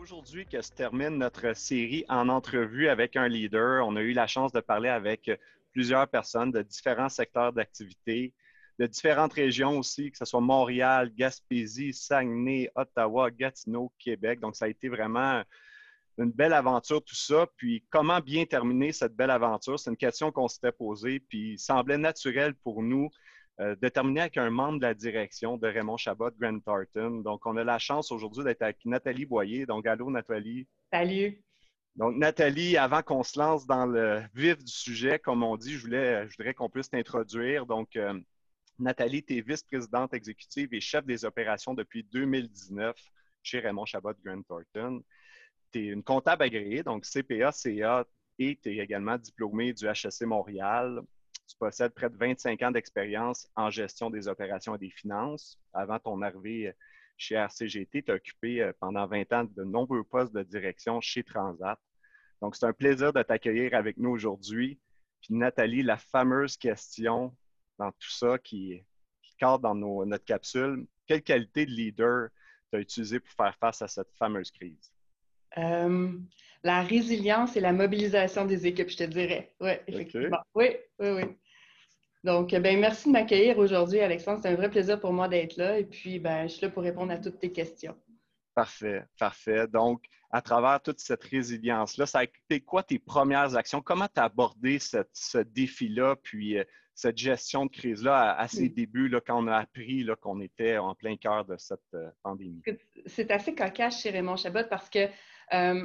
Aujourd'hui que se termine notre série en entrevue avec un leader. On a eu la chance de parler avec plusieurs personnes de différents secteurs d'activité, de différentes régions aussi, que ce soit Montréal, Gaspésie, Saguenay, Ottawa, Gatineau, Québec. Donc, ça a été vraiment une belle aventure, tout ça. Puis, comment bien terminer cette belle aventure? C'est une question qu'on s'était posée, puis il semblait naturel pour nous de terminer avec un membre de la direction de Raymond Chabot, Grant Thornton. Donc, on a la chance aujourd'hui d'être avec Nathalie Boyer. Donc, allô, Nathalie. Salut. Donc, Nathalie, avant qu'on se lance dans le vif du sujet, comme on dit, je voudrais qu'on puisse t'introduire. Donc, Nathalie, tu es vice-présidente exécutive et chef des opérations depuis 2019 chez Raymond Chabot, Grant Thornton. Tu es une comptable agréée, donc CPA, CA, et tu es également diplômée du HEC Montréal. Tu possèdes près de 25 ans d'expérience en gestion des opérations et des finances. Avant ton arrivée chez RCGT, tu as occupé pendant 20 ans de nombreux postes de direction chez Transat. Donc, c'est un plaisir de t'accueillir avec nous aujourd'hui. Puis Nathalie, la fameuse question dans tout ça qui cadre dans notre capsule, quelle qualité de leader tu as utilisé pour faire face à cette fameuse crise? Euh, la résilience et la mobilisation des équipes, je te dirais. Oui, effectivement. OK. Oui, oui, oui. Donc, ben, merci de m'accueillir aujourd'hui, Alexandre. C'est un vrai plaisir pour moi d'être là. Et puis, ben, je suis là pour répondre à toutes tes questions. Parfait, parfait. Donc, à travers toute cette résilience-là, ça a été quoi tes premières actions? Comment tu as abordé ce défi-là, puis cette gestion de crise-là à ses débuts, là, quand on a appris là, qu'on était en plein cœur de cette pandémie? C'est assez cocasse chez Raymond Chabot parce que euh,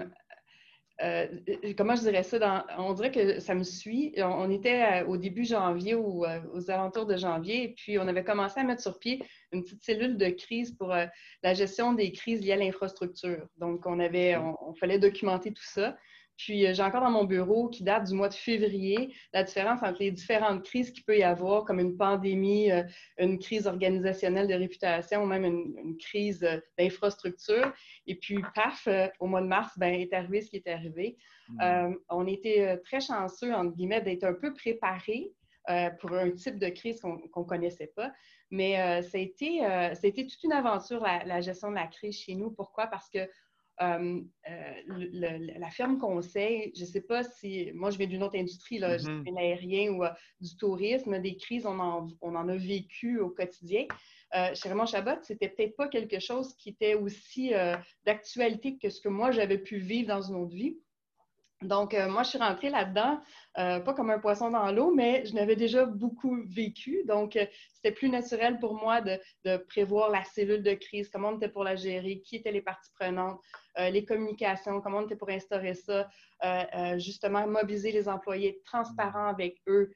comment je dirais ça? On dirait que ça me suit. On était au début janvier ou aux alentours de janvier, et puis on avait commencé à mettre sur pied une petite cellule de crise pour la gestion des crises liées à l'infrastructure. Donc, on fallait documenter tout ça. Puis, j'ai encore dans mon bureau, qui date du mois de février, la différence entre les différentes crises qu'il peut y avoir, comme une pandémie, une crise organisationnelle de réputation, ou même une crise d'infrastructure. Et puis, paf, au mois de mars, ben, est arrivé ce qui est arrivé. On était très chanceux, entre guillemets, d'être un peu préparés pour un type de crise qu'on ne connaissait pas. Mais ça a été toute une aventure, la gestion de la crise chez nous. Pourquoi? Parce que la firme conseil, je ne sais pas si... Moi, je viens d'une autre industrie, là, je viens de l'aérien ou du tourisme. Des crises, on en a vécu au quotidien. Chez Raymond Chabot, c'était peut-être pas quelque chose qui était aussi d'actualité que ce que moi, j'avais pu vivre dans une autre vie. Donc, moi, je suis rentrée là-dedans, pas comme un poisson dans l'eau, mais je n'avais déjà beaucoup vécu. Donc, c'était plus naturel pour moi de prévoir la cellule de crise, comment on était pour la gérer, qui étaient les parties prenantes, les communications, comment on était pour instaurer ça, justement, mobiliser les employés, être transparent avec eux.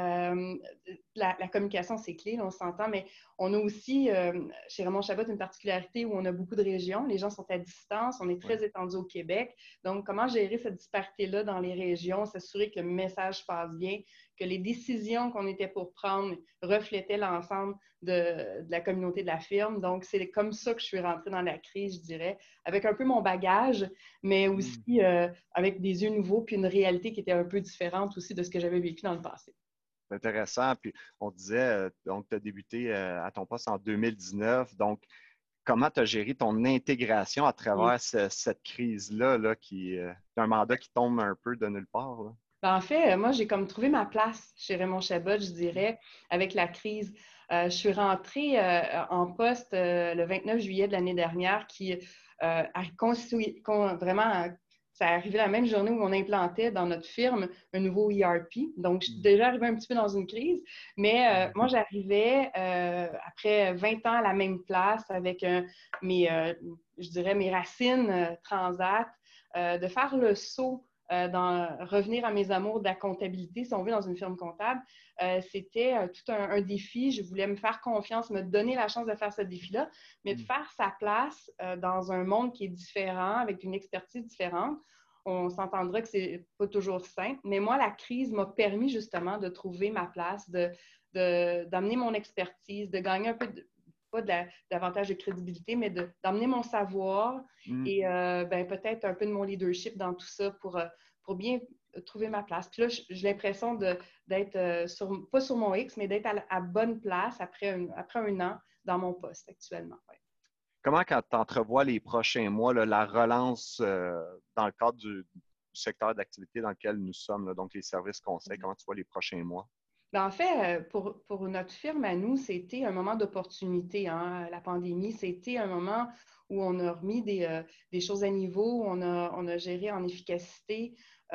La communication, c'est clé, là, on s'entend, mais on a aussi, chez Raymond Chabot, une particularité où on a beaucoup de régions. Les gens sont à distance, on est très étendu au Québec. Donc, comment gérer cette disparité-là dans les régions, s'assurer que le message passe bien, que les décisions qu'on était pour prendre reflétaient l'ensemble de la communauté de la firme. Donc, c'est comme ça que je suis rentrée dans la crise, je dirais, avec un peu mon bagage, mais aussi avec des yeux nouveaux, puis une réalité qui était un peu différente aussi de ce que j'avais vécu dans le passé. C'est intéressant. Puis, on disait, donc, tu as débuté à ton poste en 2019. Donc, comment tu as géré ton intégration à travers cette crise-là, là, qui est un mandat qui tombe un peu de nulle part, là? Ben, en fait, moi, j'ai comme trouvé ma place chez Raymond Chabot, je dirais, avec la crise. Je suis rentrée en poste le 29 juillet de l'année dernière, qui a vraiment, ça est arrivé la même journée où on implantait dans notre firme un nouveau ERP. Donc, je suis déjà arrivée un petit peu dans une crise, mais moi, j'arrivais après 20 ans à la même place avec je dirais, mes racines transat, de faire le saut revenir à mes amours de la comptabilité, si on veut, dans une firme comptable, c'était tout un défi. Je voulais me faire confiance, me donner la chance de faire ce défi-là, mais de faire sa place dans un monde qui est différent, avec une expertise différente. On s'entendra que c'est pas toujours simple, mais moi, la crise m'a permis justement de trouver ma place, d'amener mon expertise, de gagner un peu pas davantage de crédibilité, mais d'emmener mon savoir et ben, peut-être un peu de mon leadership dans tout ça pour bien trouver ma place. Puis là, j'ai l'impression d'être, pas sur mon X, mais d'être à bonne place après un an dans mon poste actuellement. Ouais. Comment, quand tu entrevois les prochains mois, là, la relance dans le cadre du secteur d'activité dans lequel nous sommes, là, donc les services conseils, comment tu vois les prochains mois? Ben, en fait, pour notre firme à nous, c'était un moment d'opportunité, hein. La pandémie, c'était un moment où on a remis des choses à niveau, où on a géré en efficacité.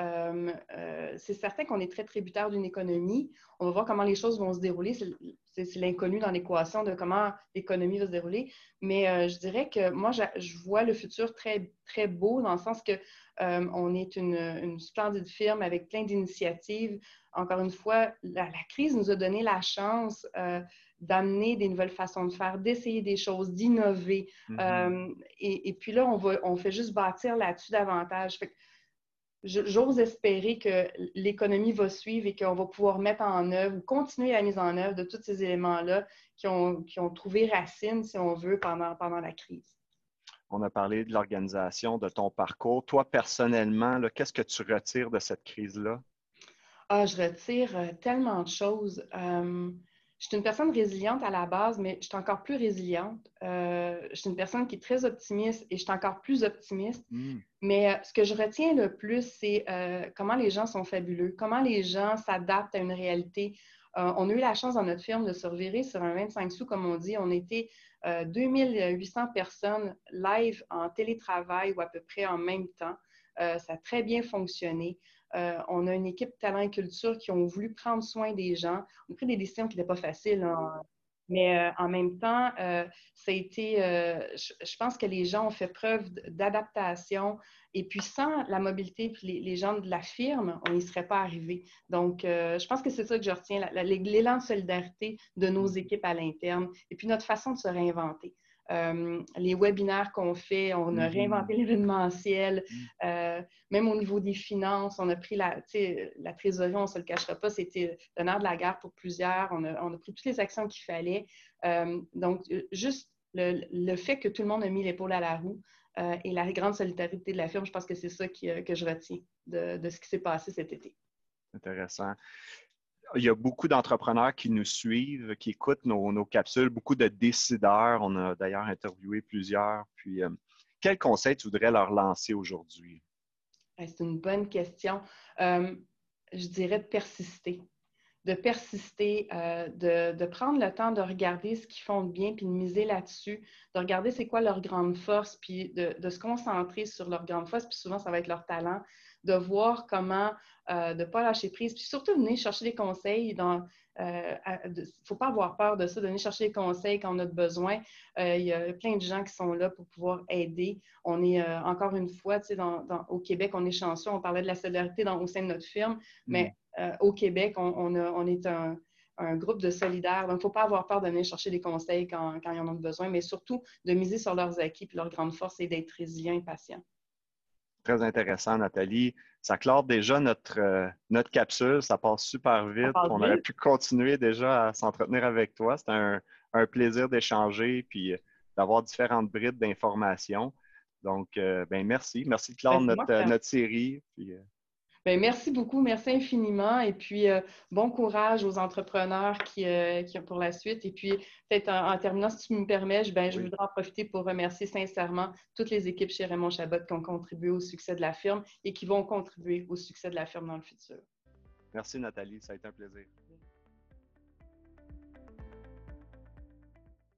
C'est certain qu'on est très tributaire d'une économie. On va voir comment les choses vont se dérouler. C'est l'inconnu dans l'équation de comment l'économie va se dérouler. Mais je dirais que moi, je vois le futur très, très beau dans le sens que on est une splendide firme avec plein d'initiatives. Encore une fois, la crise nous a donné la chance d'amener des nouvelles façons de faire, d'essayer des choses, d'innover. Et puis là, on fait juste bâtir là-dessus davantage. Fait que j'ose espérer que l'économie va suivre et qu'on va pouvoir mettre en œuvre ou continuer la mise en œuvre de tous ces éléments-là qui ont trouvé racine, si on veut, pendant la crise. On a parlé de l'organisation, de ton parcours. Toi, personnellement, qu'est-ce que tu retires de cette crise-là? Ah, je retire tellement de choses. Je suis une personne résiliente à la base, mais je suis encore plus résiliente. Je suis une personne qui est très optimiste et je suis encore plus optimiste. Mais ce que je retiens le plus, c'est comment les gens sont fabuleux, comment les gens s'adaptent à une réalité. On a eu la chance dans notre firme de se revirer sur un 25 sous, comme on dit. On était 2800 personnes live en télétravail ou à peu près en même temps. Ça a très bien fonctionné. On a une équipe talent et culture qui ont voulu prendre soin des gens. On a pris des décisions qui n'étaient pas faciles, hein. Mais en même temps, ça a été, je pense que les gens ont fait preuve d'adaptation. Et puis sans la mobilité, puis les gens de la firme, on n'y serait pas arrivé. Donc, je pense que c'est ça que je retiens, l'élan de solidarité de nos équipes à l'interne et puis notre façon de se réinventer. Les webinaires qu'on fait, on a réinventé l'événementiel. Même au niveau des finances, on a pris la trésorerie, on ne se le cachera pas, c'était le nerf de la guerre pour plusieurs. On a pris toutes les actions qu'il fallait. Donc, juste le fait que tout le monde a mis l'épaule à la roue et la grande solidarité de la firme, je pense que c'est ça que je retiens de ce qui s'est passé cet été. Intéressant. Il y a beaucoup d'entrepreneurs qui nous suivent, qui écoutent nos capsules, beaucoup de décideurs. On a d'ailleurs interviewé plusieurs. Puis, quel conseil tu voudrais leur lancer aujourd'hui? C'est une bonne question. Je dirais de persister, de prendre le temps de regarder ce qu'ils font de bien, puis de miser là-dessus, de regarder c'est quoi leur grande force, puis de se concentrer sur leur grande force, puis souvent ça va être leur talent, de voir comment de ne pas lâcher prise, puis surtout venir chercher des conseils. Il ne faut pas avoir peur de ça, de venir chercher des conseils quand on a besoin. Il y a plein de gens qui sont là pour pouvoir aider. On est, encore une fois, au Québec, on est chanceux. On parlait de la solidarité au sein de notre firme, mais au Québec, on est un groupe de solidaires. Donc, il ne faut pas avoir peur de venir chercher des conseils quand ils en ont besoin, mais surtout de miser sur leurs acquis et leur grande force et d'être résilient et patient. Très intéressant, Nathalie. Ça clore déjà notre capsule. Ça passe super Ça vite. passe On aurait vite. pu continuer déjà à s'entretenir avec toi. C'était un plaisir d'échanger puis d'avoir différentes brides d'informations. Donc, merci. Merci de clore C'est moi qui notre série. Puis, Bien, merci beaucoup, merci infiniment. Et puis, bon courage aux entrepreneurs qui ont pour la suite. Et puis, peut-être en terminant, si tu me permets, je oui. voudrais en profiter pour remercier sincèrement toutes les équipes chez Raymond Chabot qui ont contribué au succès de la firme et qui vont contribuer au succès de la firme dans le futur. Merci, Nathalie. Ça a été un plaisir.